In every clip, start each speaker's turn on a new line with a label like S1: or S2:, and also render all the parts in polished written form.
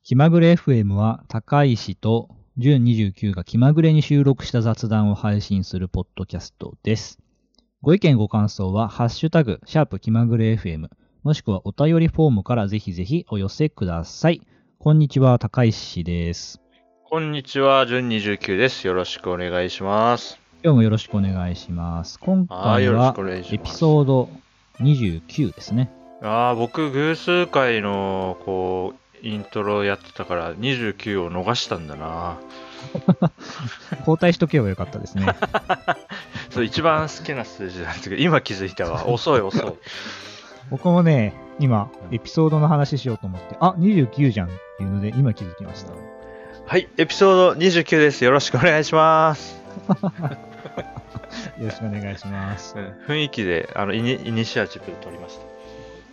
S1: 気まぐれ FM は高石と純29が気まぐれに収録した雑談を配信するポッドキャストです。ご意見ご感想はハッシュタグ#気まぐれ FM もしくはお便りフォームからぜひぜひお寄せください。こんにちは、高石です。
S2: こんにちは、純29です。よろしくお願いします。
S1: 今日もよろしくお願いします。今回はエピソード29ですね。
S2: 僕偶数回のイントロやってたから29を逃したんだな。
S1: 交代しとけばよかったですね。
S2: そう、一番好きな数字なんですけど、今気づいたわ。遅い。
S1: 僕もね、今エピソードの話しようと思って、29じゃんっていうので今気づきました。
S2: はい、エピソード29です。よろしくお願いします。
S1: よろしくお願いします。
S2: 雰囲気でイニシアチブ取りました。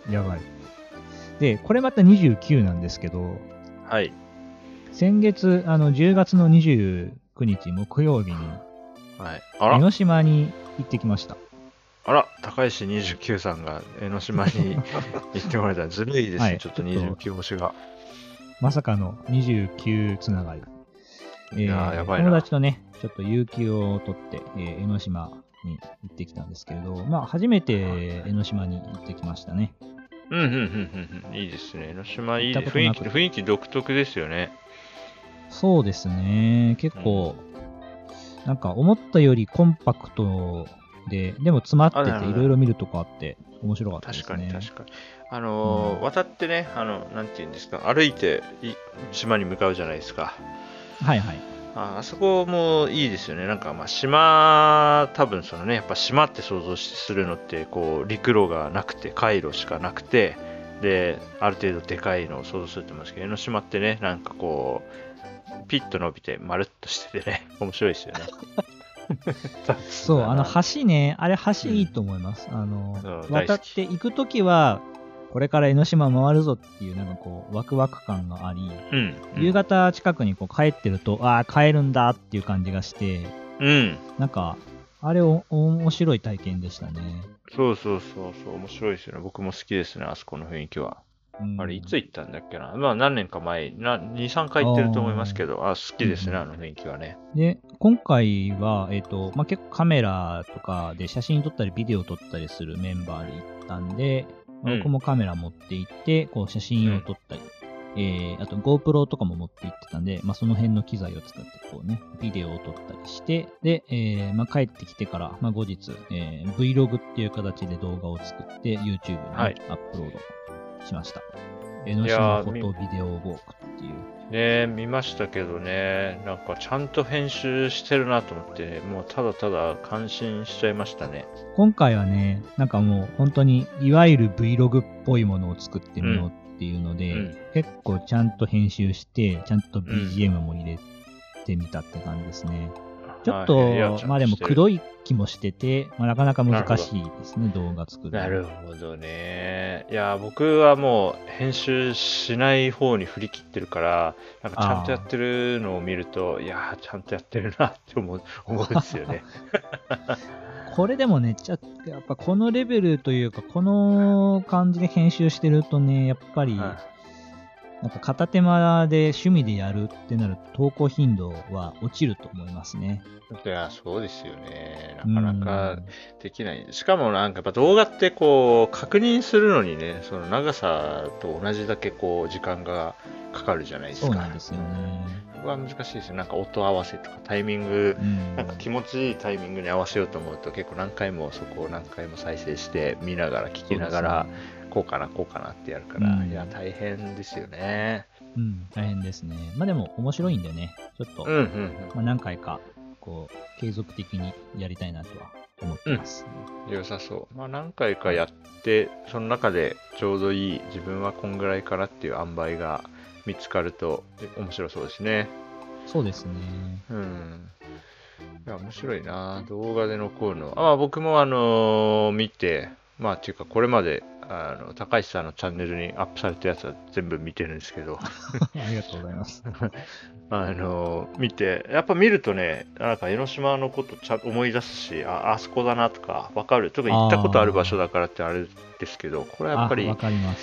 S1: やばい。で、これまた29なんですけど、
S2: はい。
S1: 先月、10月の29日木曜日に、
S2: はい、
S1: 江ノ島に行ってきました。
S2: あら、高石29さんが江ノ島に行ってもらえたらずるいですね、はい、ちょっと29推しが。
S1: まさかの29つながり。
S2: やばいな。
S1: 友達とね、ちょっと有給を取って、江ノ島に行ってきたんですけれど、初めて江ノ島に行ってきましたね。
S2: いいですね。江ノ島いいです。雰囲気独特ですよね。
S1: そうですね。結構、なんか思ったよりコンパクトでも詰まってていろいろ見るとこあって面白かったですね。
S2: 確かに。渡ってね、なんていうんですか、歩いて島に向かうじゃないですか。
S1: はいはい。
S2: あそこもいいですよね。なんか島、多分そのね、やっぱ島って想像するのって陸路がなくて海路しかなくて、である程度でかいのを想像すると思うんですけど、江ノ島ってね、なんかピッと伸びてまるっとしててね、面白いですよね。
S1: そう、橋ね、あれ橋いいと思います。渡って行くときはこれから江ノ島回るぞっていうなんかワクワク感があり、夕方近くに帰ってると帰るんだっていう感じがして、なんかあれ面白い体験でしたね。
S2: そう面白いですよね。僕も好きですね、あそこの雰囲気は。あれいつ行ったんだっけな。何年か前2、3回行ってると思いますけど、好きですね、あの雰囲気はね。
S1: で、今回は結構カメラとかで写真撮ったりビデオ撮ったりするメンバーで行ったんで、僕もカメラ持って行って写真を撮ったり、あと GoPro とかも持って行ってたんで、その辺の機材を使ってビデオを撮ったりして、で、帰ってきてから、後日、Vlog っていう形で動画を作って YouTube にアップロードしました。江ノ島フォトビデオウォークっていう。
S2: ね、見ましたけどね、なんかちゃんと編集してるなと思って、もうただただ感心しちゃいましたね。
S1: 今回はね、なんかもう本当にいわゆる Vlog っぽいものを作ってみようっていうので、結構ちゃんと編集して、ちゃんと BGM も入れてみたって感じですね。ちょっと、でも黒い気もしてて、なかなか難しいですね、動画作る。
S2: なるほどね。いや、僕はもう編集しない方に振り切ってるから、なんかちゃんとやってるのを見ると、いや、ちゃんとやってるなって思うんですよね。
S1: これでもね、やっぱこのレベルというか、この感じで編集してるとね、やっぱり、なんか片手間で趣味でやるってなると投稿頻度は落ちると思いますね。
S2: いや、そうですよね。なかなかできない。しかもなんかやっぱ動画って確認するのにね、その長さと同じだけ時間がかかるじゃないですか。
S1: そうなんですよね。
S2: ここは難しいですよ。なんか音合わせとかタイミング、なんか気持ちいいタイミングに合わせようと思うと結構何回もそこを何回も再生して見ながら聞きながら、こうかなってやるから、いや大変ですよね。
S1: 大変ですね。でも面白いんでね、ちょっと、何回か継続的にやりたいなとは思ってます。
S2: 良さそう。何回かやってその中でちょうどいい自分はこんぐらいかなっていう塩梅が見つかると面白そうですね。
S1: そうですね。
S2: いや面白いな、動画で残るの。僕も見て、っていうかこれまで高橋さんのチャンネルにアップされたやつは全部見てるんですけど
S1: ありがとうございます
S2: 見てやっぱ見るとね、なんか江ノ島のことちゃんと思い出すし、あそこだなとか分かる。特に行ったことある場所だからってあれですけど、これはやっぱり
S1: 分かります。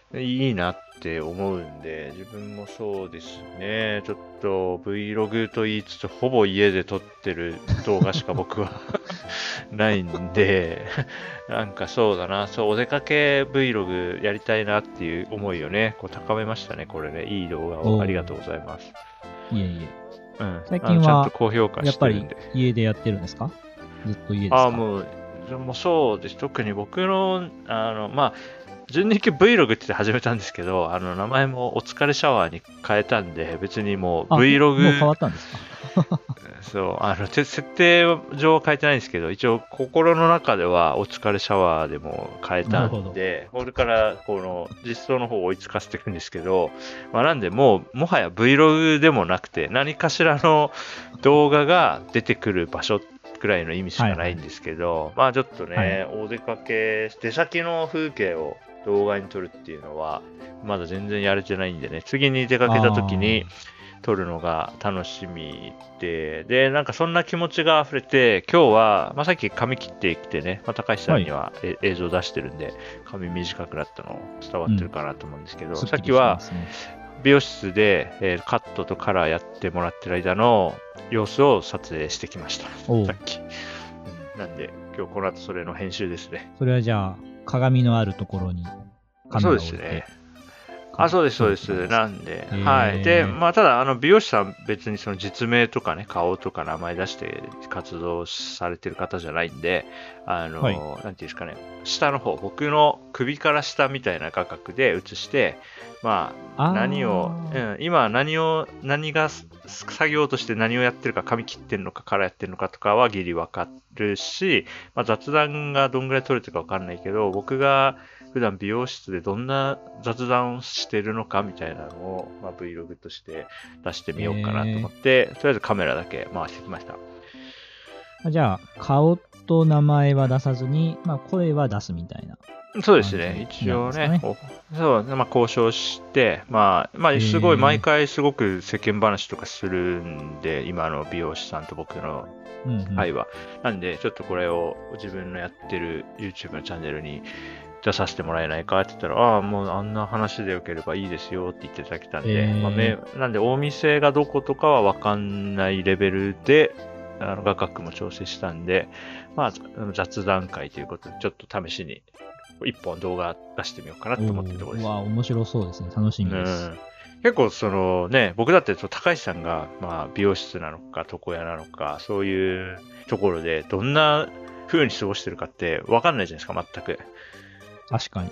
S2: いいなって思うんで、自分もそうですね。ちょっと Vlog と言いつつ、ほぼ家で撮ってる動画しか僕はないんで、なんかそうだな、そう、お出かけ Vlog やりたいなっていう思いをね、こう高めましたね、これね。いい動画をありがとうございます。
S1: いえいえ。
S2: うん。
S1: 最近
S2: ちゃん
S1: は
S2: と高評価
S1: やっぱり
S2: してるんで。
S1: 家でやってるんですか？ずっと家ですか？
S2: もうそうです。特に僕の、純日記 Vlog って言って始めたんですけど、名前もお疲れシャワーに変えたんで、別にもう
S1: もう変
S2: Vlog、
S1: わったんですか？
S2: そう、設定上は変えてないんですけど、一応心の中ではお疲れシャワーでも変えたんで、これからこの実装の方を追いつかせていくんですけど、なんでもはや Vlog でもなくて、何かしらの動画が出てくる場所くらいの意味しかないんですけど、ちょっとね、お出かけ、出先の風景を動画に撮るっていうのは、まだ全然やれてないんでね、次に出かけた時に撮るのが楽しみで、なんかそんな気持ちが溢れて、今日は、さっき髪切ってきてね、高橋さんには、映像出してるんで、髪短くなったの伝わってるかなと思うんですけど、さっきは美容室で、カットとカラーやってもらってる間の様子を撮影してきました。さっき。なんで、今日この後それの編集ですね。
S1: それはじゃあ、鏡のあるところにカメラを置いて。
S2: そうですね。そうです、そうです。なんで、はい。で、ただ、美容師さん別にその実名とかね、顔とか名前出して活動されてる方じゃないんで、なんていうんですかね、下の方、僕の首から下みたいな画角で映して、今何が作業として何をやってるか、髪切ってるのか、カラーやってるのかとかはギリわかるし、雑談がどんぐらい撮れてるかわかんないけど、僕が普段美容室でどんな雑談をしてるのかみたいなのを、Vlog として出してみようかなと思って、とりあえずカメラだけ回してきました。
S1: じゃあ、顔と名前は出さずに、声は出すみたいな。
S2: そうですね。一応ね、そう、交渉して、すごい、毎回すごく世間話とかするんで、今の美容師さんと僕の会話。なんで、ちょっとこれを自分のやってる YouTube のチャンネルに出させてもらえないかって言ったら、もうあんな話でよければいいですよって言っていただけたんで、なんでお店がどことかはわかんないレベルで、画角も調整したんで、雑談会ということで、ちょっと試しに一本動画出してみようかなと思ってるところです。
S1: 面白そうですね。楽しみです。
S2: 結構僕だって高橋さんが、美容室なのか床屋なのか、そういうところでどんな風に過ごしてるかってわかんないじゃないですか、全く。
S1: 確かに。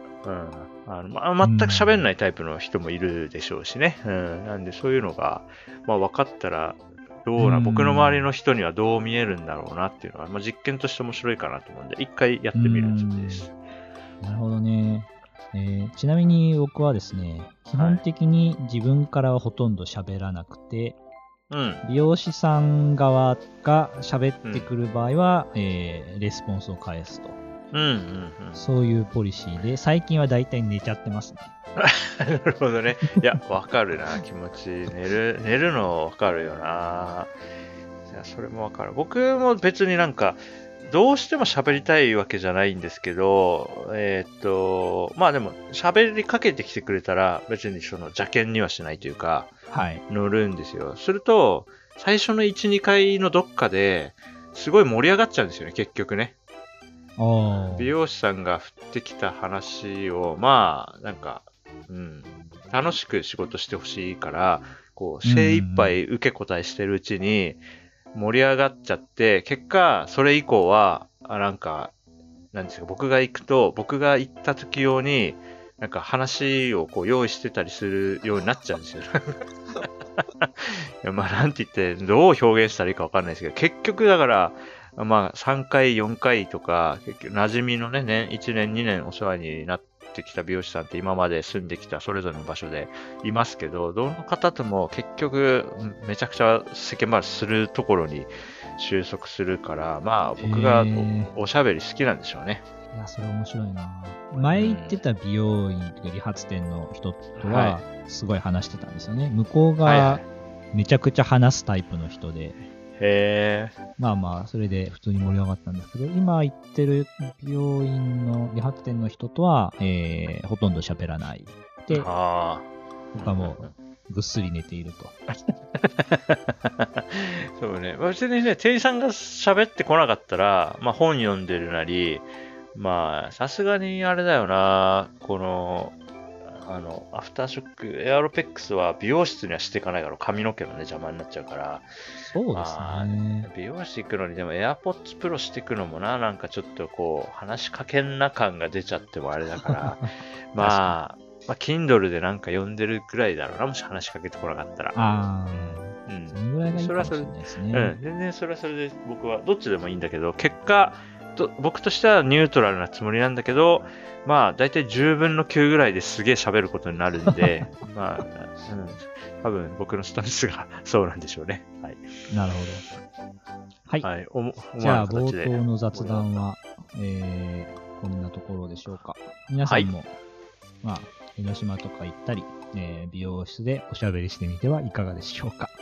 S2: 全く喋んないタイプの人もいるでしょうしね。なんでそういうのが、分かったら、僕の周りの人にはどう見えるんだろうなっていうのは、実験として面白いかなと思うんで、一回やってみるつもりです。
S1: なるほどね。ちなみに僕はですね、基本的に自分からはほとんど喋らなくて、美容師さん側が喋ってくる場合は、レスポンスを返すと。そういうポリシーで、最近はだいたい寝ちゃってますね。
S2: なるほどね。いや、わかるな、気持ち。寝るのわかるよな。いや、それもわかる。僕も別になんか、どうしても喋りたいわけじゃないんですけど、でも、喋りかけてきてくれたら、別に邪険にはしないというか、乗るんですよ。すると、最初の1、2回のどっかで、すごい盛り上がっちゃうんですよね、結局ね。美容師さんが振ってきた話を、楽しく仕事してほしいから、精一杯受け答えしてるうちに盛り上がっちゃって、結果、それ以降は、なんですか、僕が行った時用に、話を用意してたりするようになっちゃうんですよ。なんて言って、どう表現したらいいかわかんないですけど、結局だから、3回、4回とか、結局、馴染みのね、1年、2年お世話になってきた美容師さんって今まで住んできたそれぞれの場所でいますけど、どの方とも結局、めちゃくちゃ世間話するところに収束するから、僕がおしゃべり好きなんでしょうね。
S1: いや、それ面白いな。前行ってた美容院とか理髪店の人とは、すごい話してたんですよね。向こうがめちゃくちゃ話すタイプの人で、
S2: へえ。
S1: まあまあ、それで普通に盛り上がったんですけど、今行ってる病院の理髪店の人とは、ほとんど喋らない。で、
S2: ああ。
S1: 他もぐっすり寝ていると。
S2: そうね。別にね、店員さんが喋ってこなかったら、まあ本読んでるなり、まあ、さすがにあれだよな、この、アフターショック、エアロペックスは美容室にはしていかないから髪の毛のね、邪魔になっちゃうから、
S1: そうですね。
S2: 美容室行くのにでも AirPods Pro していくのもな、なんかちょっとこう、話しかけんな感が出ちゃってもあれだから、まあ、Kindle でなんか読んでるくらいだろうな、もし話しかけてこなかったら。
S1: うん。そのぐらいがいいかもしれないですね。
S2: 全然それはそれで僕はどっちでもいいんだけど、結果、僕としてはニュートラルなつもりなんだけど、まあ、だいたい10分の9ぐらいですげえ喋ることになるんで、まあ、多分僕のスタンスがそうなんでしょうね。はい。
S1: なるほど。はい。
S2: はい、
S1: じゃあ、冒頭の雑談は、こんなところでしょうか。皆さんも、まあ、江ノ島とか行ったり、美容室でおしゃべりしてみてはいかがでしょうか。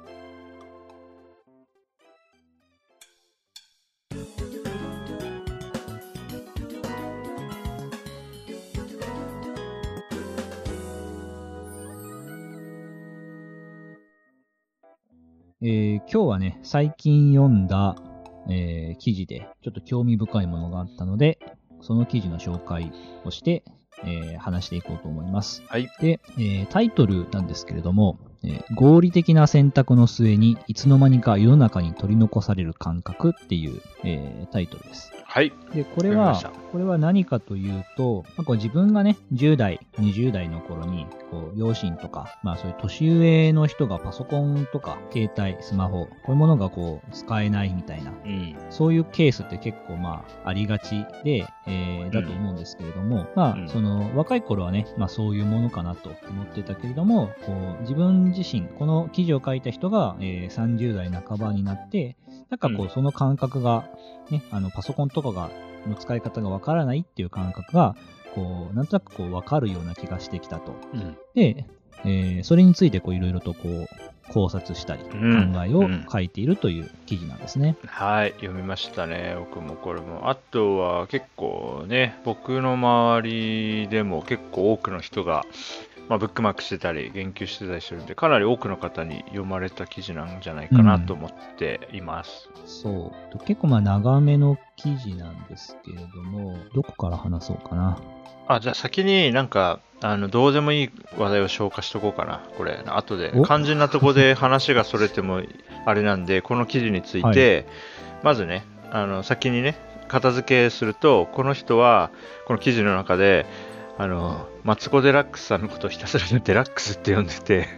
S1: 今日はね、最近読んだ、記事でちょっと興味深いものがあったので、その記事の紹介をして、話していこうと思います。
S2: はい。
S1: で、タイトルなんですけれども、合理的な選択の末にいつの間にか世の中に取り残される感覚っていう、タイトルです。
S2: はい。
S1: で、これは何かというと、こう自分がね、10代、20代の頃に、こう、両親とか、まあそういう年上の人がパソコンとか、携帯、スマホ、こういうものがこう、使えないみたいな、そういうケースって結構まあ、ありがちで、だと思うんですけれども、まあ、その、若い頃はね、まあそういうものかなと思ってたけれども、こう、自分自身、この記事を書いた人が、30代半ばになって、なんかこう、その感覚が、ね、パソコンとかの使い方がわからないっていう感覚が、こう、なんとなくこう、わかるような気がしてきたと。で、それについてこう、いろいろとこう、考察したり、考えを書いているという記事なんですね。
S2: はい、読みましたね。僕もこれも。あとは結構ね、僕の周りでも結構多くの人が、まあ、ブックマークしてたり言及してたりするんで、かなり多くの方に読まれた記事なんじゃないかなと思っています。
S1: そう。結構まあ長めの記事なんですけれども、どこから話そうかな。
S2: じゃあ先になんか、どうでもいい話題を消化しとこうかな。これ、後で。肝心なとこで話がそれてもあれなんで、この記事について、まずね、先にね、片付けすると、この人は、この記事の中で、マツコ・デラックスさんのことをひたすらデラックスって呼んでて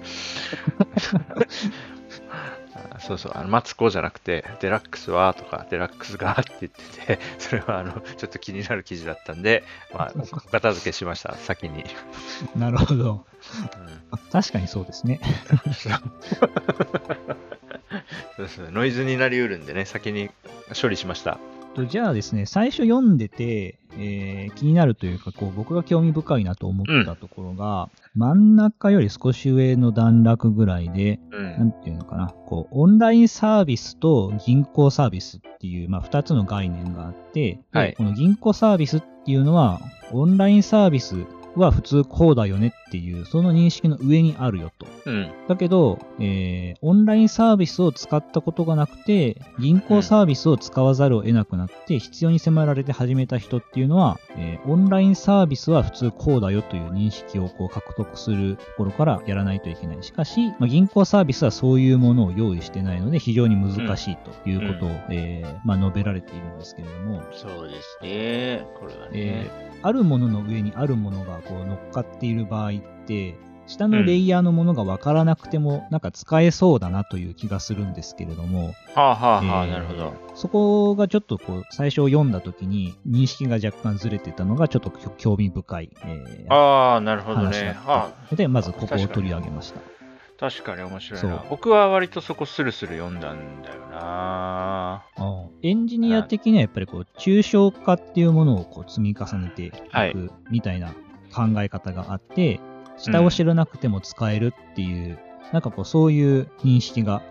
S2: そうそう、マツコじゃなくて、デラックスはとか、デラックスがって言ってて、それはちょっと気になる記事だったんで、まあ、お片付けしました、先に。
S1: なるほど。確かにそうですね。
S2: そうそう、ノイズになりうるんでね、先に処理しました。
S1: じゃあですね、最初読んでて、気になるというか、こう僕が興味深いなと思ったところが、真ん中より少し上の段落ぐらいで、なんていうのかな、こうオンラインサービスと銀行サービスっていう、まあ、2つの概念があって、この銀行サービスっていうのは、オンラインサービスは普通こうだよねっていう、その認識の上にあるよと。だけど、オンラインサービスを使ったことがなくて、銀行サービスを使わざるを得なくなって、必要に迫られて始めた人っていうのは、オンラインサービスは普通こうだよという認識をこう獲得するところからやらないといけない。しかし、銀行サービスはそういうものを用意してないので、非常に難しいということを、述べられているんですけれども。
S2: そうですね。これはね。
S1: あるものの上にあるものがこう乗っかっている場合って、下のレイヤーのものが分からなくても、なんか使えそうだなという気がするんですけれども。
S2: なるほど。
S1: そこがちょっとこう、最初読んだ時に認識が若干ずれてたのがちょっと興味深い、
S2: なるほどね。
S1: 話だったので、まずここを取り上げました。
S2: 確かに面白いな。僕は割とそこスルスル読んだんだよな。
S1: エンジニア的にはやっぱりこう抽象化っていうものをこう積み重ねていくみたいな考え方があって、下を知らなくても使えるっていう、なんかこうそういう認識が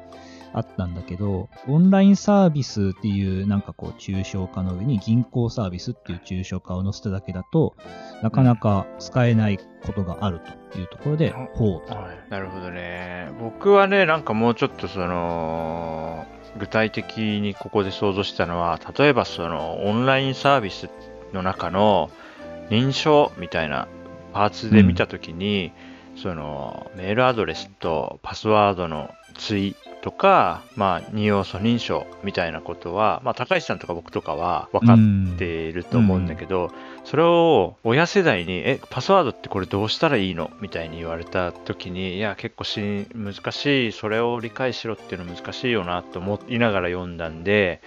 S1: あったんだけど、オンラインサービスっていうなんかこう抽象化の上に銀行サービスっていう抽象化を載せただけだと、なかなか使えないことがあるというところで、ほうと。
S2: なるほどね。僕はね、なんかもうちょっと具体的にここで想像したのは、例えばオンラインサービスの中の認証みたいなパーツで見たときに、メールアドレスとパスワードの対とか、二要素認証みたいなことは、高橋さんとか僕とかは分かっていると思うんだけど、それを親世代に、パスワードってこれどうしたらいいのみたいに言われた時に、いや、結構難しい、それを理解しろっていうの難しいよなと思いながら読んだんで、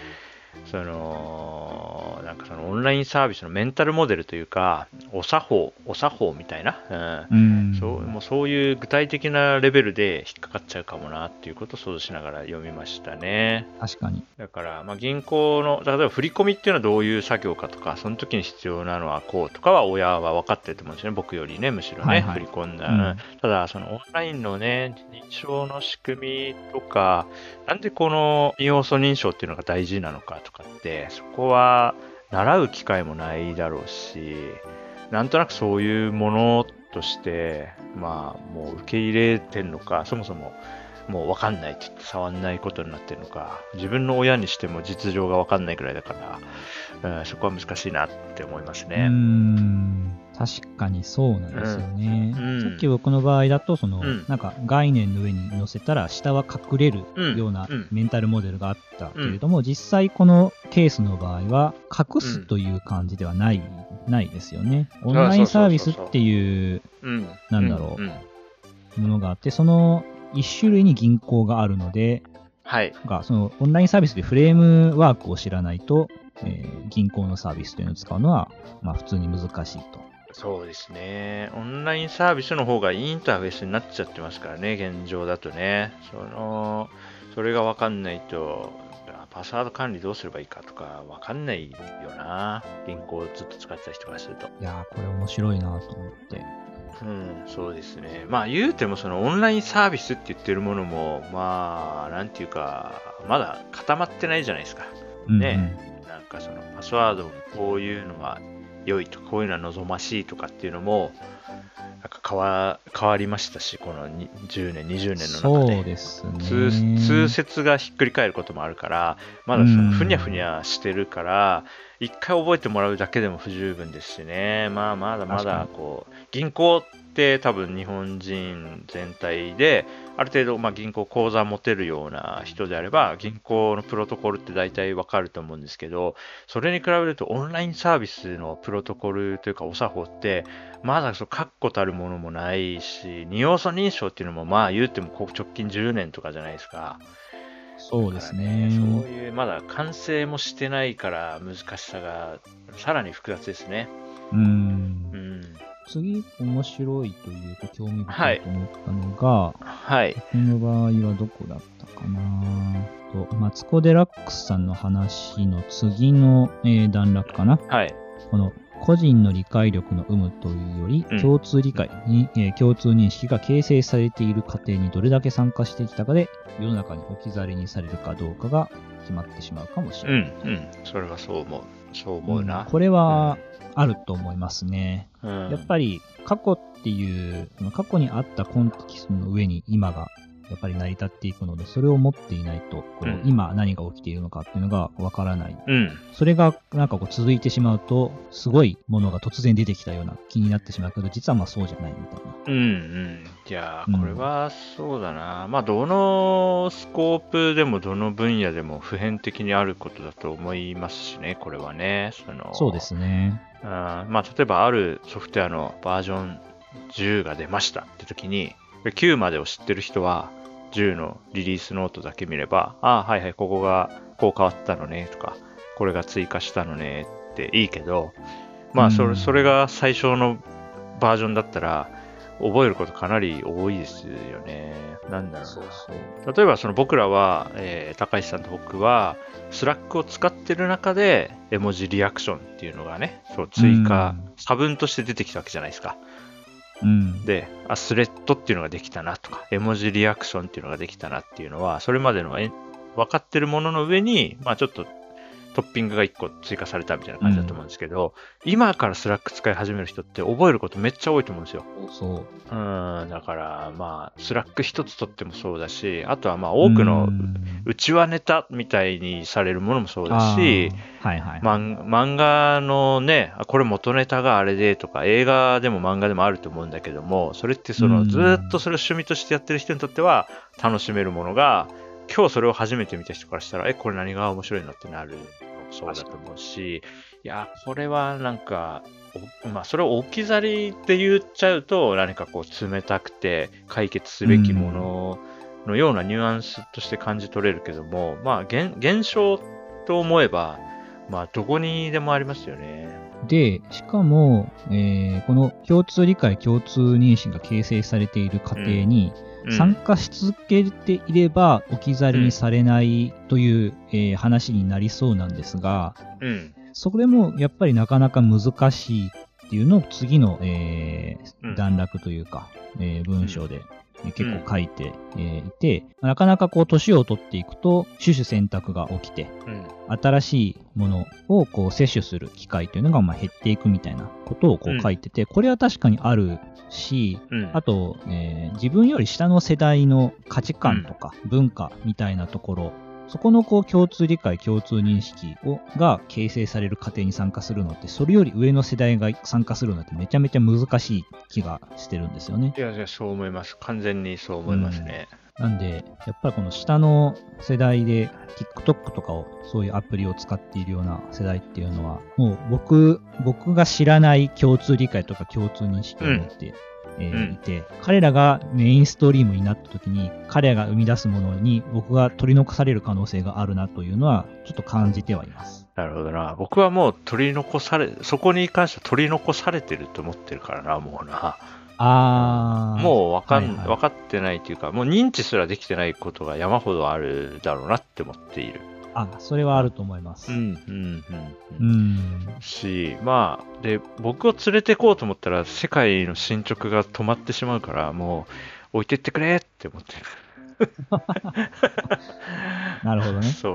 S2: なんかオンラインサービスのメンタルモデルというか、お作法みたいな、もうそういう具体的なレベルで引っかかっちゃうかもなっていうことを想像しながら読みましたね。
S1: 確かに。
S2: だから、銀行の、例えば振り込みっていうのはどういう作業かとか、その時に必要なのはこうとかは親は分かってると思うんですよね。僕よりね、むしろね、振り込んだ。ただ、オンラインのね、認証の仕組みとか、なんでこの要素認証っていうのが大事なのかとかって、そこは習う機会もないだろうし、なんとなくそういうものとして、もう受け入れてんのか、そもそももう分かんないって言って触んないことになってるのか、自分の親にしても実情が分かんないくらいだから、そこは難しいなって思いますね。
S1: 確かにそうなんですよね。さっき僕の場合だと、なんか概念の上に載せたら下は隠れるようなメンタルモデルがあったけれども、実際このケースの場合は隠すという感じではないですよね。オンラインサービスっていう、なんだろう、ものがあって、その一種類に銀行があるので、オンラインサービスでフレームワークを知らないと、銀行のサービスというのを使うのは、普通に難しいと。
S2: そうですね。オンラインサービスの方がインターフェースになっちゃってますからね、現状だとね。それが分かんないと、パスワード管理どうすればいいかとか分かんないよな。銀行をずっと使ってた人からすると。
S1: いやー、これ面白いなと思って。
S2: そうですね。言うてもオンラインサービスって言ってるものも、なんていうか、まだ固まってないじゃないですか。ね。なんかパスワードこういうのは良いとか、こういうのは望ましいとかっていうのも、なんか変わりましたし、この10年、20年の中で。
S1: そうですね。
S2: 通説がひっくり返ることもあるから、まだふにゃふにゃしてるから、一回覚えてもらうだけでも不十分ですしね。まだまだ銀行って多分日本人全体である程度銀行口座持てるような人であれば銀行のプロトコルって大体わかると思うんですけど、それに比べるとオンラインサービスのプロトコルというかお作法ってまだ確固たるものもないし、二要素認証っていうのも言うても直近10年とかじゃないですか。
S1: そうですね。
S2: そういうまだ完成もしてないから難しさがさらに複雑ですね。
S1: 次、面白いというか興味深いと思ったのが、この場合はどこだったかなマツコ・デラックスさんの話の次の、段落かな。この個人の理解力の有無というより、共通理解に、共通認識が形成されている過程にどれだけ参加してきたかで、世の中に置き去りにされるかどうかが決まってしまうかもしれない。
S2: それはそう思うな。
S1: これはあると思いますね。やっぱり過去っていう、過去にあったコンテキストの上に今がやっぱり成り立っていくので、それを持っていないと、今何が起きているのかっていうのがわからない。それがなんか続いてしまうと、すごいものが突然出てきたような気になってしまうけど、実はそうじゃないみたいな。
S2: いやこれはそうだな。どのスコープでもどの分野でも普遍的にあることだと思いますしね、これはね。
S1: そうですね。
S2: 例えばあるソフトウェアのバージョン10が出ましたって時に、9までを知ってる人は、10のリリースノートだけ見れば、ここがこう変わったのねとか、これが追加したのねっていいけど、それが最初のバージョンだったら、覚えることかなり多いですよね。なんだろうな。例えば僕らは、高橋さんと僕は、スラックを使ってる中で、絵文字リアクションっていうのがね、追加、差分として出てきたわけじゃないですか。 で、スレッドっていうのができたなとか、絵文字リアクションっていうのができたなっていうのは、それまでの分かってるものの上に、ちょっとトッピングが1個追加されたみたいな感じだと思うんですけど、今からスラック使い始める人って覚えることめっちゃ多いと思うんですよ。
S1: そう。
S2: だからスラック一つとってもそうだし、あとは多くの内輪ネタみたいにされるものもそうだし、漫画のね、これ元ネタがあれでとか、映画でも漫画でもあると思うんだけども、それってずっとそれを趣味としてやってる人にとっては楽しめるものが、今日それを初めて見た人からしたら、これ何が面白いのってなる。そうだと思うし、いや、これはなんか、それを置き去りって言っちゃうと、何かこう冷たくて解決すべきもののようなニュアンスとして感じ取れるけども、現象と思えば、どこにでもありますよね。
S1: で、しかも、この共通理解、共通認識が形成されている過程に、参加し続けていれば置き去りにされないという、話になりそうなんですが、それもやっぱりなかなか難しいっていうのを次の、段落というか、文章で結構書いていて、なかなかこう年を取っていくと取捨選択が起きて、新しいものをこう摂取する機会というのが減っていくみたいなことをこう書いてて、これは確かにあるし、あと、自分より下の世代の価値観とか文化みたいなところ、そこのこう共通理解、共通認識が形成される過程に参加するのって、それより上の世代が参加するのってめちゃめちゃ難しい気がしてるんですよね。
S2: いや、そう思います。完全にそう思いますね。
S1: なんで、やっぱりこの下の世代で TikTok とかをそういうアプリを使っているような世代っていうのは、もう僕が知らない共通理解とか共通認識を持っていて、彼らがメインストリームになった時に、彼らが生み出すものに僕が取り残される可能性があるなというのはちょっと感じてはいます。
S2: なるほどな。僕はもうそこに関しては取り残されてると思ってるからな、もうな。もう分かってないというか、もう認知すらできてないことが山ほどあるだろうなって思っている。
S1: それはあると思います。
S2: で、僕を連れてこうと思ったら、世界の進捗が止まってしまうから、もう置いてってくれって思ってる。
S1: なるほどね。
S2: そう。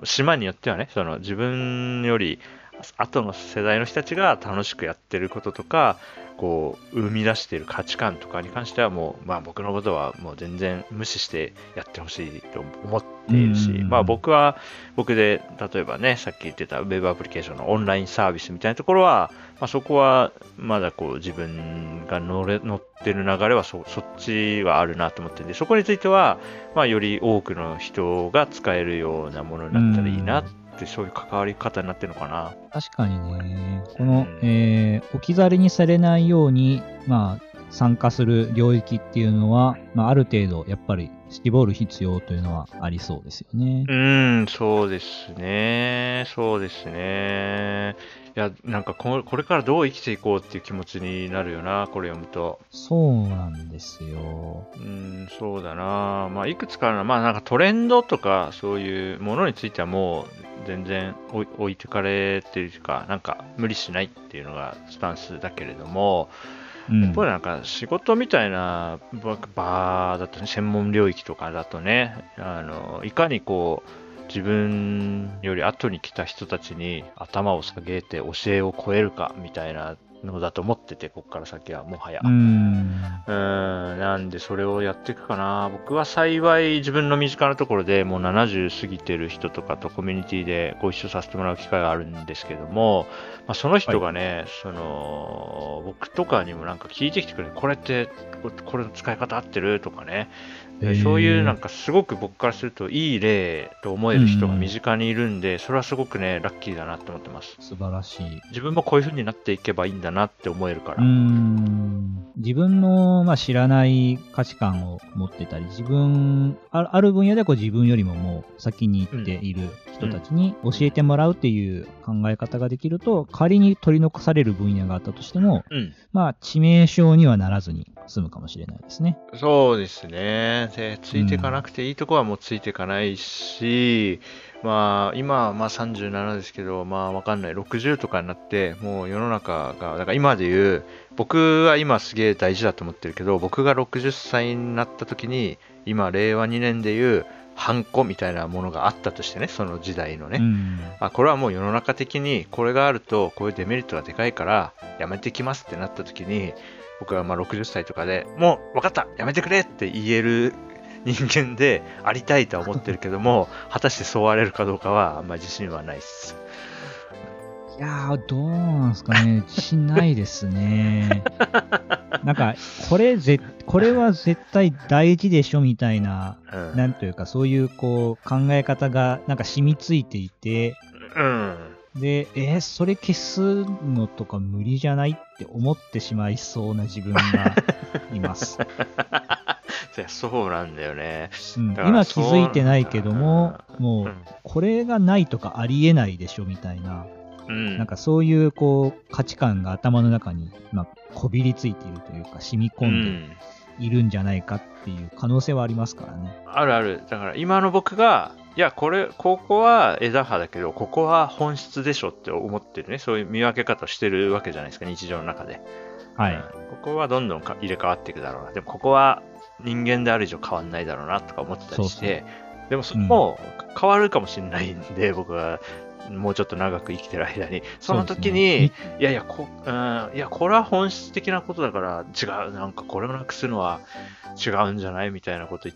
S2: 島によってはね、自分より後の世代の人たちが楽しくやってることとか、こう生み出している価値観とかに関してはもう、僕のことはもう全然無視してやってほしいと思っているし、僕は僕で例えばね、さっき言ってたウェブアプリケーションのオンラインサービスみたいなところは、そこはまだこう自分が乗ってる流れはそっちはあるなと思ってて、そこについては、より多くの人が使えるようなものになったらいいなってそういう関わり方になってるのかな。
S1: 確かにね、この、置き去りにされないように、参加する領域っていうのは、ある程度やっぱり絞る必要というのはありそうですよね。
S2: そうですね。そうですね。いや、なんかこれからどう生きていこうっていう気持ちになるよな、これ読むと。
S1: そうなんですよ。
S2: そうだな。いくつかなんかトレンドとかそういうものについてはもう全然置いてかれてるというか、なんか無理しないっていうのがスタンスだけれども、やっぱりなんか仕事みたいな場だとね、専門領域とかだとね、いかにこう、自分より後に来た人たちに頭を下げて教えを超えるかみたいなのだと思ってて、ここから先はもはや。なんでそれをやっていくかな。僕は幸い自分の身近なところでもう70過ぎてる人とかとコミュニティでご一緒させてもらう機会があるんですけども、その人がね、僕とかにもなんか聞いてきてくれる。これの使い方合ってるとかね。そういうなんかすごく僕からするといい例と思える人が身近にいるんで、それはすごくね、ラッキーだなって思ってます。
S1: 素晴らしい。
S2: 自分もこういう風になっていけばいいんだなって思えるから。
S1: 自分の、知らない価値観を持ってたり、ある分野では自分よりももう先に行っている人たちに教えてもらうっていう考え方ができると、仮に取り残される分野があったとしても、致命傷にはならずに済むかもしれないですね。
S2: そうですね。で、ついていかなくていいとこはもうついていかないし、 まあ、今はまあ37ですけど、まあわかんない。60とかになって、もう世の中が、だから今で言う、僕は今すげえ大事だと思ってるけど、僕が60歳になった時に、今、令和2年で言う、ハンコみたいなものがあったとしてね、その時代のね。これはもう世の中的に、これがあると、こういうデメリットがでかいから、やめてきますってなった時に、僕はまあ60歳とかでもう分かったやめてくれって言える人間でありたいとは思ってるけども、果たしてそうあれるかどうかはあんまり自信はないです。
S1: いやー、どうなんですかね。自信ないですね。なんか、これは絶対大事でしょみたいな、なんというか、そういうこう考え方がなんか染みついていて、で、それ消すのとか無理じゃないって思ってしまいそうな自分がいます。
S2: そうなんだよね。
S1: 今気づいてないけども、もう、これがないとかありえないでしょみたいな、なんかそういうこう価値観が頭の中に、こびりついているというか、染み込んでいるんじゃないかっていう可能性はありますからね。
S2: あるある。だから今の僕が、いや、ここは枝葉だけど、ここは本質でしょって思ってるね。そういう見分け方をしてるわけじゃないですか、日常の中で。
S1: はい。
S2: ここはどんどん入れ替わっていくだろうな。でもここは人間である以上変わんないだろうなとか思ってたりして、でもそこも変わるかもしれないんで、僕はもうちょっと長く生きてる間に、その時に、いや、これは本質的なことだから違う、なんかこれをなくすのは違うんじゃないみたいなこと言って、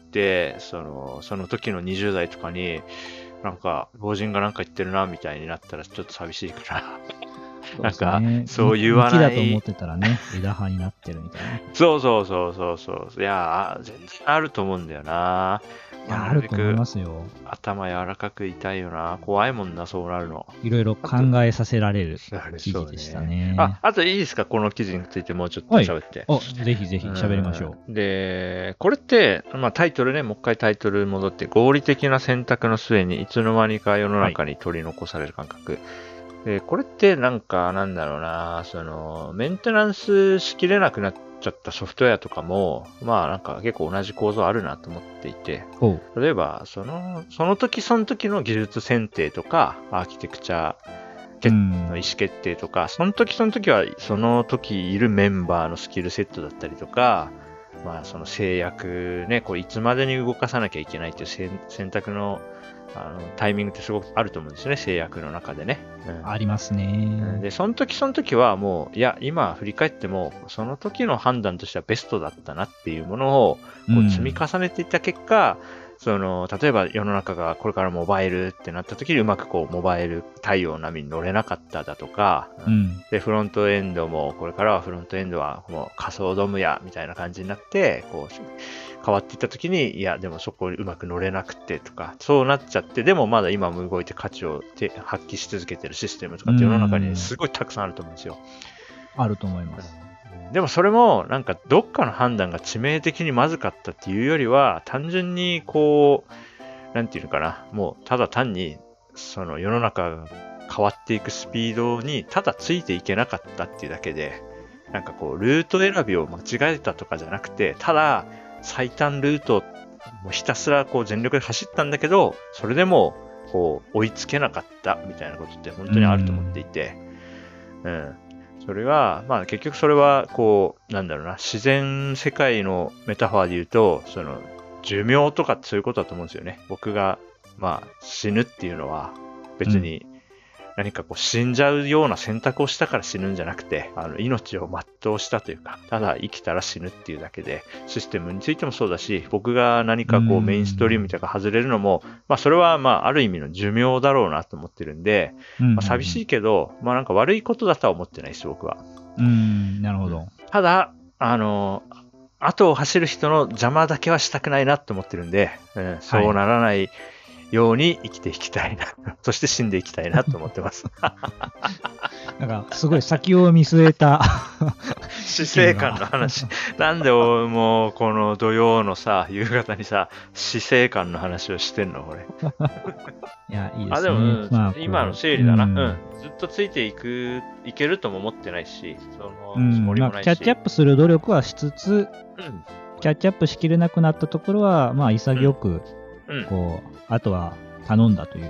S2: その時の20代とかに、なんか、老人がなんか言ってるな、みたいになったらちょっと寂しいから。なんか、そう言わない。
S1: 木だと思ってたらね、枝葉になってるみたいな。
S2: そう。いや、全然あると思うんだよな。
S1: いや、あると思いますよ。
S2: 頭柔らかく痛いよな。怖いもんな、そうなるの。
S1: いろいろ考えさせられる記事でしたね。
S2: あといいですか、この記事についてもうちょっと喋って。
S1: ぜひぜひ喋りましょう。
S2: で、これって、タイトルね、もう一回タイトル戻って、合理的な選択の末にいつの間にか世の中に取り残される感覚。で、これってなんか、なんだろうな、メンテナンスしきれなくなっちゃったソフトウェアとかも、なんか結構同じ構造あるなと思っていて、例えば、その時その時の技術選定とか、アーキテクチャの意思決定とか、その時その時はその時いるメンバーのスキルセットだったりとか、その制約ね、これいつまでに動かさなきゃいけないっていう選択のタイミングってすごくあると思うんですよね、制約の中でね。
S1: ありますね。
S2: で、その時はもう、いや、今振り返っても、その時の判断としてはベストだったなっていうものをこう積み重ねていった結果、例えば世の中がこれからモバイルってなった時にうまくこうモバイル対応並みに乗れなかっただとか、で、フロントエンドもこれからはフロントエンドはもう仮想ドムやみたいな感じになって、こう変わっていった時に、いや、でもそこにうまく乗れなくてとか、そうなっちゃって、でもまだ今も動いて価値を発揮し続けてるシステムとかって世の中にすごいたくさんあると思うんですよ。
S1: あると思います。
S2: でもそれもなんかどっかの判断が致命的にまずかったっていうよりは、単純にこう、なんていうのかな、もうただ単にその世の中が変わっていくスピードにただついていけなかったっていうだけで、なんかこうルート選びを間違えたとかじゃなくて、ただ最短ルートもひたすらこう全力で走ったんだけど、それでもこう追いつけなかったみたいなことって本当にあると思っていて、それは、結局それは、こう、なんだろうな、自然世界のメタファーで言うと、寿命とかってそういうことだと思うんですよね。僕が、死ぬっていうのは、別に何かこう死んじゃうような選択をしたから死ぬんじゃなくて、命を全うしたというか、ただ生きたら死ぬっていうだけで、システムについてもそうだし、僕が何かこうメインストリームとか外れるのも、それはある意味の寿命だろうなと思ってるんで、寂しいけど、なんか悪いことだとは思ってないです、僕は。
S1: なるほど。
S2: ただ、後を走る人の邪魔だけはしたくないなと思ってるんで、そうならないように生きていきたいな、そして死んでいきたいなと思ってます。
S1: なんかすごい先を見据えた
S2: 死生観の話。なんでもうこの土曜のさ、夕方にさ、死生観の話をしてんのこれ。
S1: いや、いいですね。
S2: でも、今の整理だな。ずっとついていけるとも思ってないし、そのつもりもないし。
S1: キャッチアップする努力はしつつ、キャッチアップしきれなくなったところは、潔く、こう、あとは頼んだという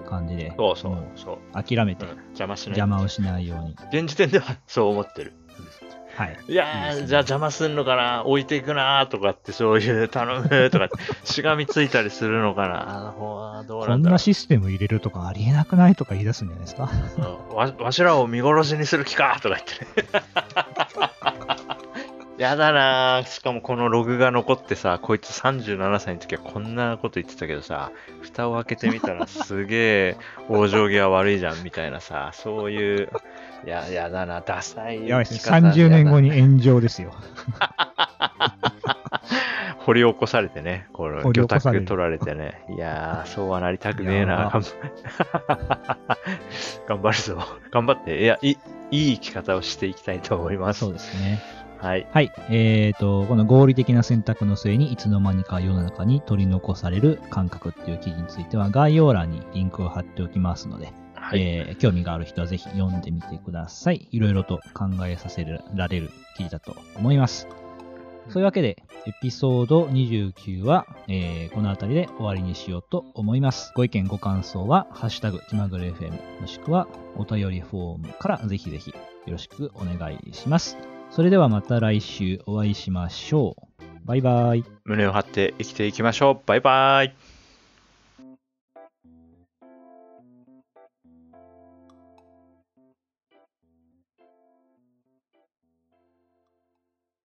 S1: 感じで、
S2: そうそう
S1: も
S2: そう。
S1: う諦めて、
S2: 邪魔しない。
S1: 邪魔をしないように。
S2: 現時点ではそう思ってる。
S1: はい。
S2: いやー、じゃあ邪魔すんのかな、置いていくなーとかって、そういう頼むとかって、しがみついたりするのかな、どう
S1: こ
S2: なんだろう。
S1: んなシステム入れるとかありえなくないとか言い出すんじゃないですか。
S2: わしらを見殺しにする気かとか言ってね。やだなぁ。しかもこのログが残ってさ、こいつ37歳の時はこんなこと言ってたけどさ、蓋を開けてみたらすげえ往生際悪いじゃんみたいなさ、そういう、やだな、ダサい。
S1: やばいですね。30年後に炎上ですよ。
S2: 掘り起こされてね、この魚
S1: 掘り起こされる
S2: 拓取られてね。いやー、そうはなりたくねえな。頑張るぞ。頑張って、いい生き方をしていきたいと思います。
S1: そうですね。
S2: はい。
S1: はい。この合理的な選択の末にいつの間にか世の中に取り残される感覚っていう記事については概要欄にリンクを貼っておきますので、はい、興味がある人はぜひ読んでみてください。いろいろと考えさせられる記事だと思います。そういうわけで、エピソード29は、この辺りで終わりにしようと思います。ご意見ご感想は、ハッシュタグ気まぐれ FM もしくはお便りフォームからぜひぜひよろしくお願いします。それではまた来週お会いしましょう。バイバイ。
S2: 胸を張って生きていきましょう。バイバイ。